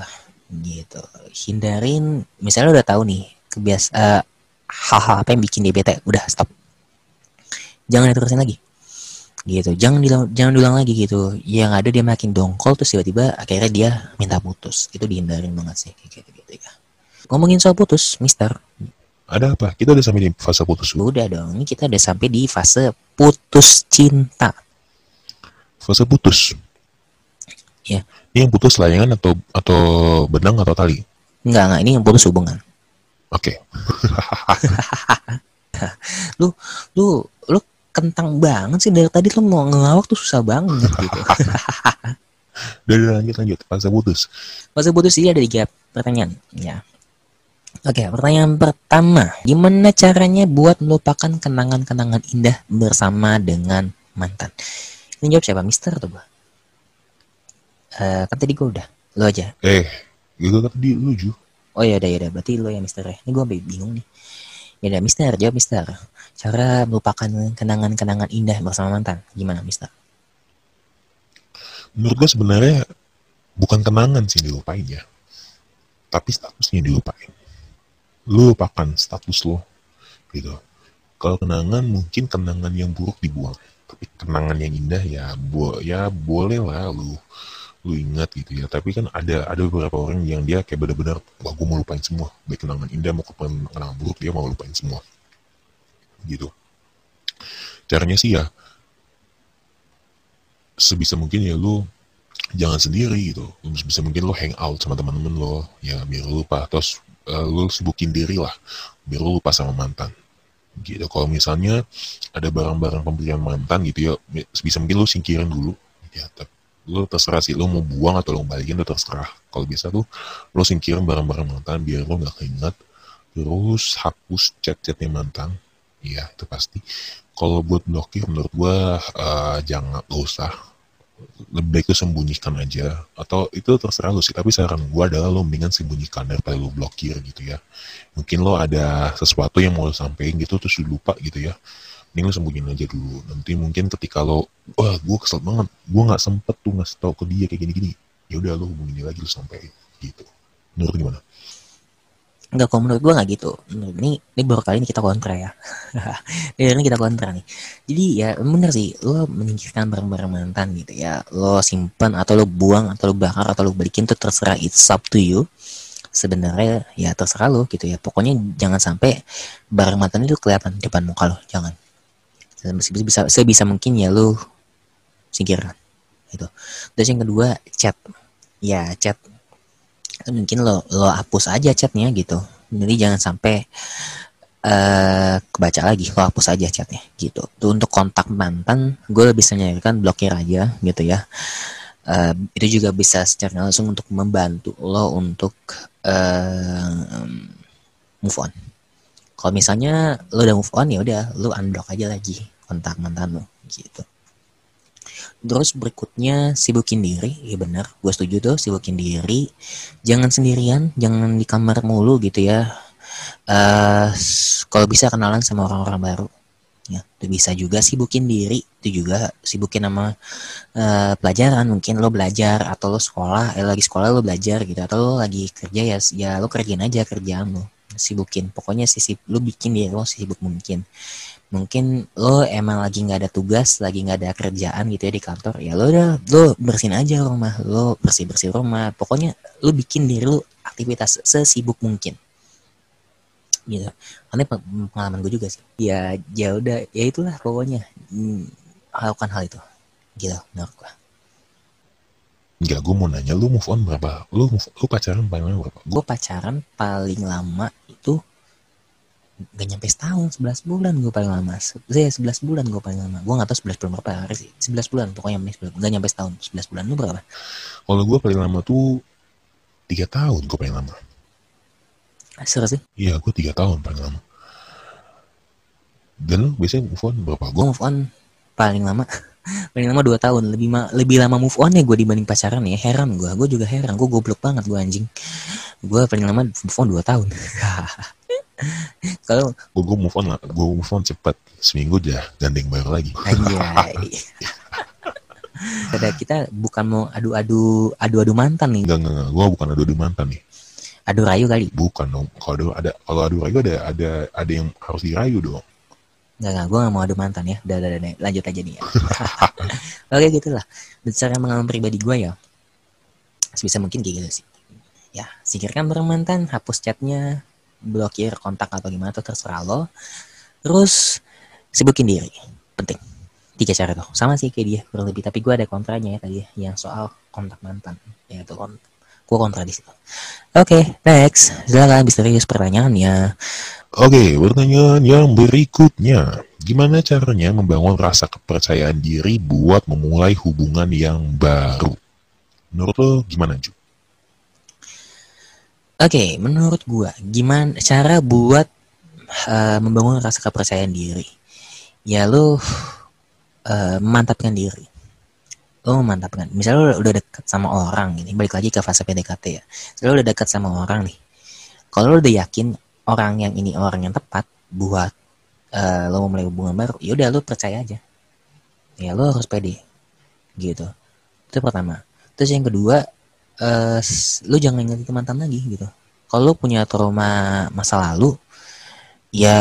[SPEAKER 2] gitu. Hindarin, misalnya udah tahu nih kebias uh, hal-hal apa yang bikin dia bete, udah stop, jangan diterusin lagi gitu, jangan diulang, jangan diulang lagi gitu. Yang ada dia makin dongkol, terus tiba-tiba akhirnya dia minta putus. Itu dihindarin banget sih kayak gitu ya. Ngomongin soal putus, Mister,
[SPEAKER 1] Ada apa? Kita udah sampai di fase putus.
[SPEAKER 2] udah dong, ini kita udah sampai di fase putus cinta.
[SPEAKER 1] Fase putus.
[SPEAKER 2] Ya.
[SPEAKER 1] Ini yang putus layangan atau atau benang atau tali?
[SPEAKER 2] Enggak, enggak, ini yang putus hubungan.
[SPEAKER 1] Oke.
[SPEAKER 2] lu lu lu kentang banget sih dari tadi, lu mau ngelawak tuh susah banget gitu.
[SPEAKER 1] Udah, udah lanjut lanjut fase putus.
[SPEAKER 2] Fase putus ini ada tiga pertanyaan ya. Oke, pertanyaan pertama, gimana caranya buat melupakan kenangan-kenangan indah bersama dengan mantan? Ini jawab siapa, Mister atau gua? Uh, kan tadi gue udah, lo aja.
[SPEAKER 1] Eh, gue kata di lu Ju.
[SPEAKER 2] Oh ya udah ya udah, berarti lo ya Mister ya. Ini gue bingung nih. Ya udah Mister, jawab Mister. Cara melupakan kenangan-kenangan indah bersama mantan, gimana Mister?
[SPEAKER 1] Menurut gue sebenarnya bukan kenangan sih dilupain ya, tapi statusnya dilupain. Lu lupakan status lo gitu. Kalau kenangan mungkin kenangan yang buruk dibuang, tapi kenangan yang indah ya bo ya boleh lah lu lu ingat gitu ya. Tapi kan ada ada beberapa orang yang dia kayak benar-benar wah gue mau lupain semua, baik kenangan indah mau kenangan buruk dia mau lupain semua gitu. Caranya sih ya sebisa mungkin ya lu jangan sendiri gitu. Sebisa mungkin lo hang out sama teman-teman lo ya biar lu lupa. Terus uh, lu sibukin diri lah biar lu lupa sama mantan gitu. Kalau misalnya ada barang-barang pemberian mantan gitu ya sebisa mungkin lu singkirin dulu ya. Tapi lu terserah sih, lu mau buang atau lu balikin itu terserah. Kalau bisa tuh lu singkirin barang-barang mantan biar lu gak keinget. Terus hapus chat-chatnya mantan. Iya itu pasti. Kalau buat blokir menurut gua uh, jangan, gak usah. Lebih baik lu sembunyikan aja. Atau itu terserah lu sih, tapi saran gua adalah lu mendingan sembunyikan daripada lu blokir gitu ya. Mungkin lo ada sesuatu yang mau lu sampein gitu terus lu lupa gitu ya, mending lu sembunyiin aja dulu. Nanti mungkin ketika lo wah gue kesel banget, gue nggak sempet tuh ngasih tau ke dia kayak gini-gini, ya udah lo hubungin dia lagi, lu sampein gitu. Menurut gimana?
[SPEAKER 2] Enggak, kalau menurut gue nggak gitu. Menurut ini ini baru kali ini kita kontra ya. Ini kita kontra nih. Jadi ya bener sih, lo menyingkirkan barang-barang mantan gitu ya, lo simpen atau lo buang atau lo bakar atau lo balikin tuh terserah, it's up to you. Sebenarnya ya terserah lo gitu ya. Pokoknya jangan sampai barang mantan itu kelihatan di depan muka lo, jangan. Sebisa, sebisa mungkin ya lo singkirkan gitu. Terus yang kedua, chat. Ya chat mungkin lo lo hapus aja chatnya gitu. Jadi jangan sampai uh, kebaca lagi, lo hapus aja chatnya gitu. Tuh untuk kontak mantan gue bisa menyarankan blokir aja gitu ya. Uh, itu juga bisa secara langsung untuk membantu lo untuk uh, move on. Kalau misalnya lo udah move on ya udah lo unblock aja lagi kontak mantan lo gitu. Terus berikutnya sibukin diri, ya benar, gue setuju tuh, sibukin diri, jangan sendirian, jangan di kamar mulu gitu ya. Uh, kalau bisa kenalan sama orang-orang baru, ya, itu bisa juga sibukin diri, itu juga sibukin sama uh, pelajaran, mungkin lo belajar atau lo sekolah, eh lagi sekolah lo belajar gitu, atau lo lagi kerja ya, ya lo kerjain aja kerjaan lo, sibukin, pokoknya sih lo bikin diri lo sibuk mungkin. Mungkin lo emang lagi nggak ada tugas, lagi nggak ada kerjaan gitu ya di kantor, ya lo udah lo bersihin aja rumah, lo bersih bersih rumah, pokoknya lo bikin diri lo aktivitas sesibuk mungkin, gitu. Karena pengalaman gue juga sih. Ya, ya udah, ya itulah pokoknya hmm, lakukan hal itu, gitu menurut gue.
[SPEAKER 1] Enggak, gue mau nanya, lu move on berapa? Lu move, lu pacaran paling lama berapa?
[SPEAKER 2] Gue pacaran paling lama itu gak nyampe setahun, sebelas bulan gue paling lama. Saya sebelas bulan gue paling lama. Gue gak tahu sebelas bulan berapa hari sih. sebelas bulan pokoknya, gak nyampe setahun, sebelas bulan. Lu berapa?
[SPEAKER 1] Kalau gue paling lama tuh tiga tahun gue paling lama.
[SPEAKER 2] Serius sih?
[SPEAKER 1] Iya, gue tiga tahun paling lama. Dan lu biasanya move on berapa?
[SPEAKER 2] Gue move on paling lama paling lama dua tahun. Lebih ma- lebih lama move on ya gue dibanding pacaran ya. Heran gue. Gue juga heran. Gue goblok banget gue anjing. Gue paling lama move on dua tahun. Kalau
[SPEAKER 1] gue move on lah, gue move on cepat, seminggu udah gandeng baru lagi.
[SPEAKER 2] Anjay. Kita bukan mau adu-adu adu-adu mantan nih.
[SPEAKER 1] Enggak, enggak, enggak. Gue bukan adu-adu mantan nih.
[SPEAKER 2] Adu rayu kali.
[SPEAKER 1] Bukan dong. Kalau ada kalau adu rayu ada ada ada yang harus dirayu dong.
[SPEAKER 2] Nggak, nggak, gue nggak mau adu mantan ya. Udah, udah, udah, lanjut aja nih ya. Oke, gitulah. Secara pengalaman pribadi gue ya, sebisa mungkin kayak gitu sih. Ya, singkirkan bareng mantan, hapus chatnya, blokir kontak atau gimana tuh terserah lo. Terus sibukin diri, penting. Tiga cara tuh, sama sih kayak dia kurang lebih. Tapi gue ada kontranya ya tadi, yang soal kontak mantan. Ya itu kontak. Gue kontra di situ. Oke, okay, next. Silakan misterius pertanyaannya.
[SPEAKER 1] Oke, pertanyaan yang berikutnya. Gimana caranya membangun rasa kepercayaan diri buat memulai hubungan yang baru? Menurut lo gimana, Ju?
[SPEAKER 2] Oke, okay, menurut gue, gimana cara buat uh, membangun rasa kepercayaan diri? Ya lo uh, memantapkan diri. Lo memantapkan. Misalnya lo udah dekat sama orang, ini balik lagi ke fase P D K T ya. Lo udah dekat sama orang nih. Kalau lo udah yakin orang yang ini orang yang tepat buat uh, lo mulai hubungan baru, ya udah lo percaya aja. Ya lo harus pede, gitu. Itu pertama. Terus yang kedua, uh, lo jangan ingat ke mantan lagi gitu. Kalau lo punya trauma masa lalu, ya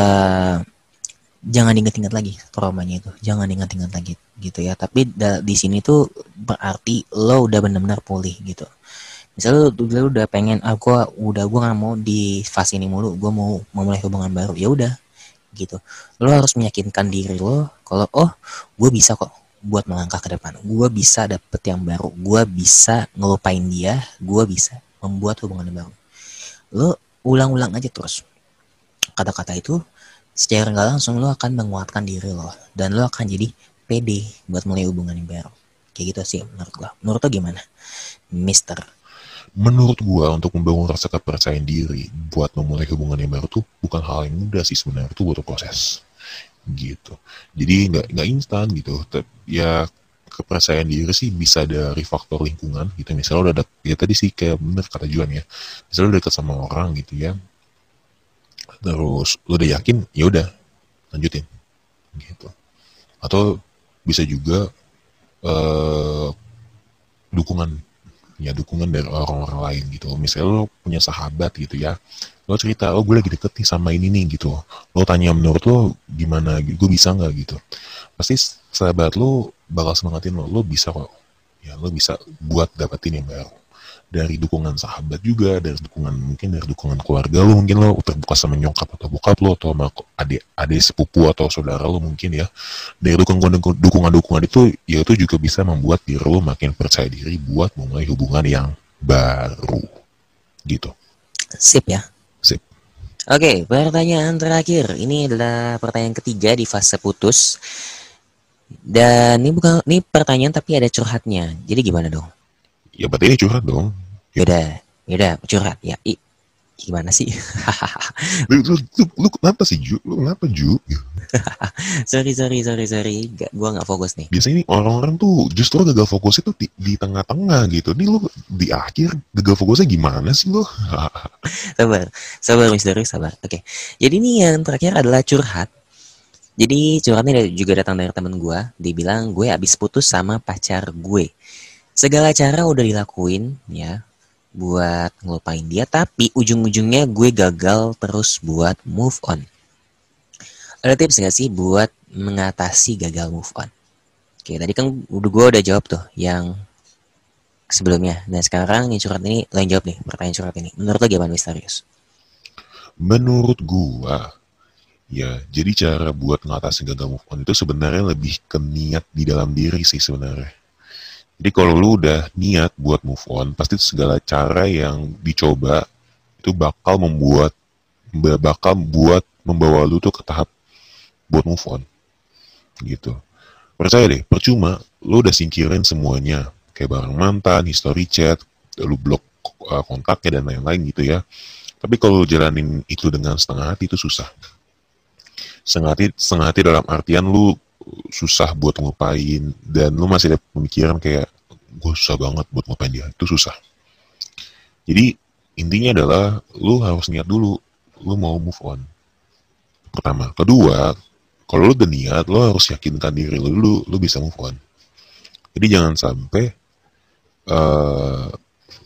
[SPEAKER 2] jangan ingat-ingat lagi traumanya itu, jangan ingat-ingat lagi gitu ya. Tapi da- di sini tuh berarti lo udah benar-benar pulih gitu. Misalnya lu, lu udah pengen, ah gue udah gue nggak mau di fase ini mulu, gue mau memulai hubungan baru, ya udah gitu. Lo harus meyakinkan diri lo kalau oh gue bisa kok buat melangkah ke depan, gue bisa dapet yang baru, gue bisa ngelupain dia, gue bisa membuat hubungan yang baru. Lo ulang-ulang aja terus kata-kata itu, secara nggak langsung lo akan menguatkan diri lo dan lo akan jadi pede buat mulai hubungan yang baru. Kayak gitu sih menurut gue. Menurut lo gimana, Mister?
[SPEAKER 1] Menurut gua untuk membangun rasa kepercayaan diri buat memulai hubungan yang baru tuh bukan hal yang mudah sih sebenarnya, itu butuh proses gitu. Jadi nggak nggak instan gitu. Ya kepercayaan diri sih bisa dari faktor lingkungan gitu. Misalnya udah deket, ya tadi sih kayak bener kata Juan ya. Misalnya udah deket sama orang gitu ya, terus lo udah yakin, ya udah lanjutin gitu. Atau bisa juga uh, dukungan ya dukungan dari orang-orang lain gitu. Misalnya lo punya sahabat gitu ya, lo cerita, oh gue lagi deket nih sama ini nih gitu, lo tanya menurut lo gimana, gue bisa nggak gitu, pasti sahabat lo bakal semangatin lo, lo bisa kok ya, lo bisa buat dapetin yang baru dari dukungan sahabat juga, dari dukungan mungkin dari dukungan keluarga lo, mungkin lo terbuka sama nyokap atau bokap lo atau sama adik adik sepupu atau saudara lo mungkin ya. Dari dukungan dukungan dukungan itu ya itu juga bisa membuat diri lo makin percaya diri buat memulai hubungan yang baru gitu.
[SPEAKER 2] Sip ya.
[SPEAKER 1] Sip.
[SPEAKER 2] Oke, pertanyaan terakhir. Ini adalah pertanyaan ketiga di fase putus. Dan ini bukan ini pertanyaan tapi ada curhatnya. Jadi gimana dong?
[SPEAKER 1] Ya berarti ini curhat dong.
[SPEAKER 2] Yaudah, yaudah curhat ya. I, gimana sih?
[SPEAKER 1] lu, lu, lu, lu kenapa sih Ju? Lu kenapa Ju?
[SPEAKER 2] sorry, sorry, sorry, sorry. Gak, gua nggak fokus nih.
[SPEAKER 1] Biasanya ini orang-orang tuh justru gagal fokus itu di, di tengah-tengah gitu. Ini lu di akhir gagal fokusnya gimana sih lu?
[SPEAKER 2] sabar, sabar Mister sabar. Oke, jadi ini yang terakhir adalah curhat. Jadi curhatnya juga datang dari temen gue. Dia bilang gue abis putus sama pacar gue. Segala cara udah dilakuin ya buat ngelupain dia, tapi ujung-ujungnya gue gagal terus buat move on. Ada tips gak sih buat mengatasi gagal move on? Oke, tadi kan udah gue udah jawab tuh yang sebelumnya. Nah sekarang yang curhat ini lo yang jawab nih pertanyaan curhat ini. Menurut lo gimana Misterius?
[SPEAKER 1] Menurut gua ya, jadi cara buat mengatasi gagal move on itu sebenarnya lebih ke niat di dalam diri sih sebenarnya. Jadi kalau lu udah niat buat move on, pasti segala cara yang dicoba itu bakal membuat, bakal buat membawa lu tuh ke tahap buat move on. Gitu. Percaya deh, percuma lu udah singkirin semuanya, kayak barang mantan, history chat, lu blok uh, kontaknya dan lain-lain gitu ya. Tapi kalau jalanin itu dengan setengah hati itu susah. Setengah hati, setengah hati dalam artian lu susah buat ngelupain dan lu masih ada pemikiran kayak gue susah banget buat ngelupain dia, itu susah. Jadi intinya adalah lu harus niat dulu lu mau move on. Pertama, kedua, kalau lu udah niat, lu harus yakinkan diri lu lu, lu bisa move on. Jadi jangan sampai uh,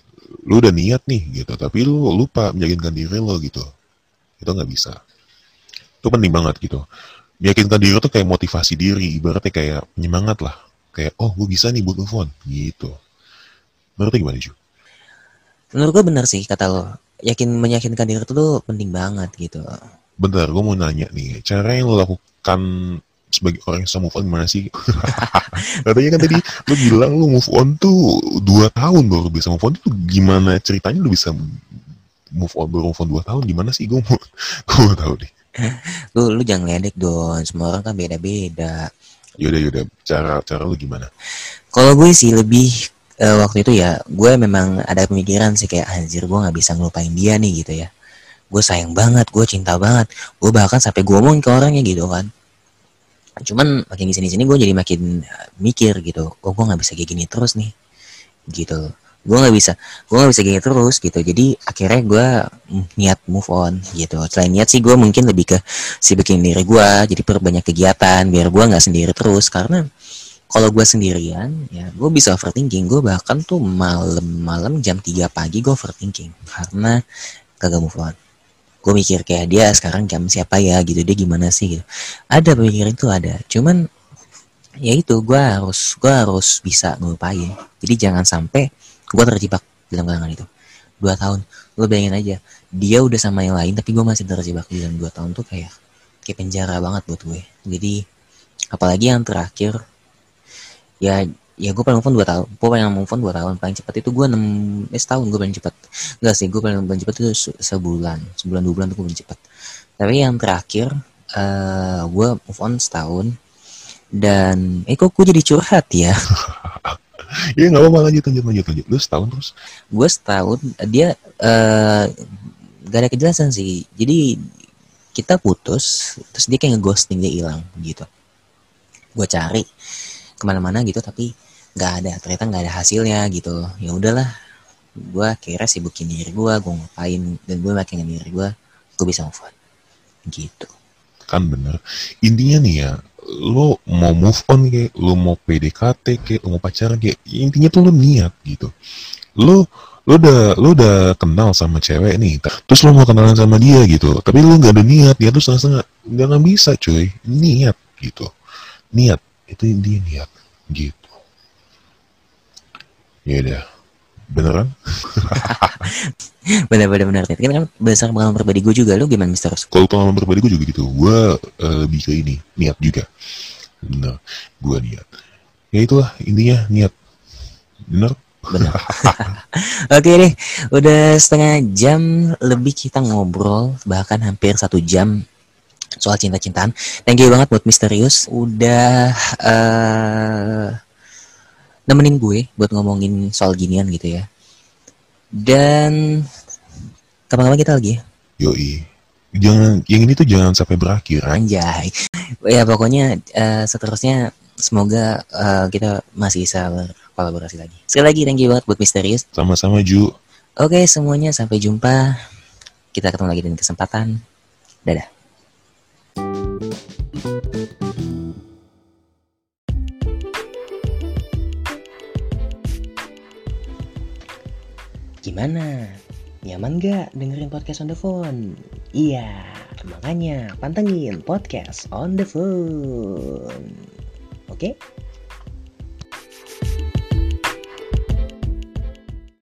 [SPEAKER 1] Lu udah niat nih gitu, tapi lu lupa meyakinkan diri lo gitu. Itu nggak bisa. Itu penting banget gitu. Meyakinkan diri tuh kayak motivasi diri, ibaratnya kayak penyemangat lah. Kayak, oh gue bisa nih buat move on, gitu. Menurut gimana, Ju?
[SPEAKER 2] Menurut gue benar sih kata lo. Yakin meyakinkan diri itu tuh penting banget gitu.
[SPEAKER 1] Bentar, gue mau nanya nih, cara yang lo lakukan sebagai orang yang bisa move on gimana sih? Katanya kan tadi lo bilang lo move on tuh dua tahun baru bisa move on, tuh gimana ceritanya lo bisa move on baru move on dua tahun, gimana sih? Gue mau, gue mau tahu deh.
[SPEAKER 2] Lu lu jangan ledek dong, semua orang kan beda-beda.
[SPEAKER 1] Yaudah, yaudah, cara cara lo gimana?
[SPEAKER 2] Kalau gue sih lebih uh, waktu itu ya, gue memang ada pemikiran sih kayak anjir gue nggak bisa ngelupain dia nih gitu ya. Gue sayang banget, gue cinta banget, gue bahkan sampai gue ngomong ke orangnya gitu kan. Cuman makin di sini-sini gue jadi makin mikir gitu, oh gue nggak bisa kayak gini terus nih, gitu. Gue nggak bisa, gue nggak bisa gini terus gitu. Jadi akhirnya gue niat move on gitu. Selain niat sih gue mungkin lebih ke sibukin diri gue, jadi perbanyak kegiatan biar gue nggak sendiri terus. Karena kalau gue sendirian, ya gue bisa overthinking. Gue bahkan tuh malam-malam jam tiga pagi gue overthinking karena kagak move on. Gue mikir kayak dia sekarang jam siapa ya gitu, dia gimana sih gitu. Ada pemikiran itu ada, cuman ya itu gue harus gue harus bisa ngelupain. Jadi jangan sampai gue terjebak dalam kenangan itu dua tahun. Lo bayangin aja, dia udah sama yang lain tapi gue masih terjebak di dalam dua tahun tuh kayak kayak penjara banget buat gue. Jadi apalagi yang terakhir, ya ya gue paling move on dua tahun, gue paling move on dua tahun, paling cepat itu gue enam eh setahun gue paling cepat. Enggak sih, gue paling paling cepat itu sebulan sebulan dua bulan tuh gue paling cepat. Tapi yang terakhir uh, gue move on setahun. Dan eh kok gue jadi curhat ya.
[SPEAKER 1] Ya nggak apa-apa, lanjut lanjut lanjut lanjut. Lu setahun terus?
[SPEAKER 2] Gue setahun, dia uh, gak ada kejelasan sih. Jadi kita putus, terus dia kayak ngeghosting, dia hilang gitu. Gue cari kemana-mana gitu tapi nggak ada, ternyata nggak ada hasilnya gitu. Ya udahlah, gue kira sibukin diri gue, gue ngapain, dan gue makin diri gue, gue bisa move on gitu.
[SPEAKER 1] Kan bener, intinya nih ya, lo mau move on kayak, lo mau P D K T kayak, lo mau pacaran kayak, intinya tuh lo niat gitu. Lo lo udah lo udah kenal sama cewek nih, terus lo mau kenalan sama dia gitu, tapi lo nggak ada niat, ya tuh setengah-setengah, nggak bisa cuy. Niat gitu, niat itu intinya, niat gitu. Ya udah, beneran?
[SPEAKER 2] Bener-bener bener. Kan kan berdasarkan pengalaman pribadi gue juga. Lu gimana Mister?
[SPEAKER 1] Kalau pengalaman pribadi gue juga gitu, gue uh, lebih ke ini, niat juga. Bener, gue niat. Ya itulah intinya, niat. Bener?
[SPEAKER 2] Bener. Oke deh, udah setengah jam lebih kita ngobrol, bahkan hampir satu jam soal cinta-cintaan. Thank you banget buat Misterius udah uh, nemenin gue buat ngomongin soal ginian gitu ya. Dan kapan-kapan kita lagi ya.
[SPEAKER 1] Yoi. Jangan, yang ini tuh jangan sampai berakhir.
[SPEAKER 2] Anjay. Ya pokoknya uh, seterusnya semoga uh, kita masih bisa berkolaborasi lagi. Sekali lagi thank you banget buat Misterius.
[SPEAKER 1] Sama-sama Ju.
[SPEAKER 2] Oke semuanya, sampai jumpa. Kita ketemu lagi di kesempatan. Dadah. Gimana? Nyaman gak dengerin podcast on the phone? Iya, makanya pantengin podcast on the phone. Oke?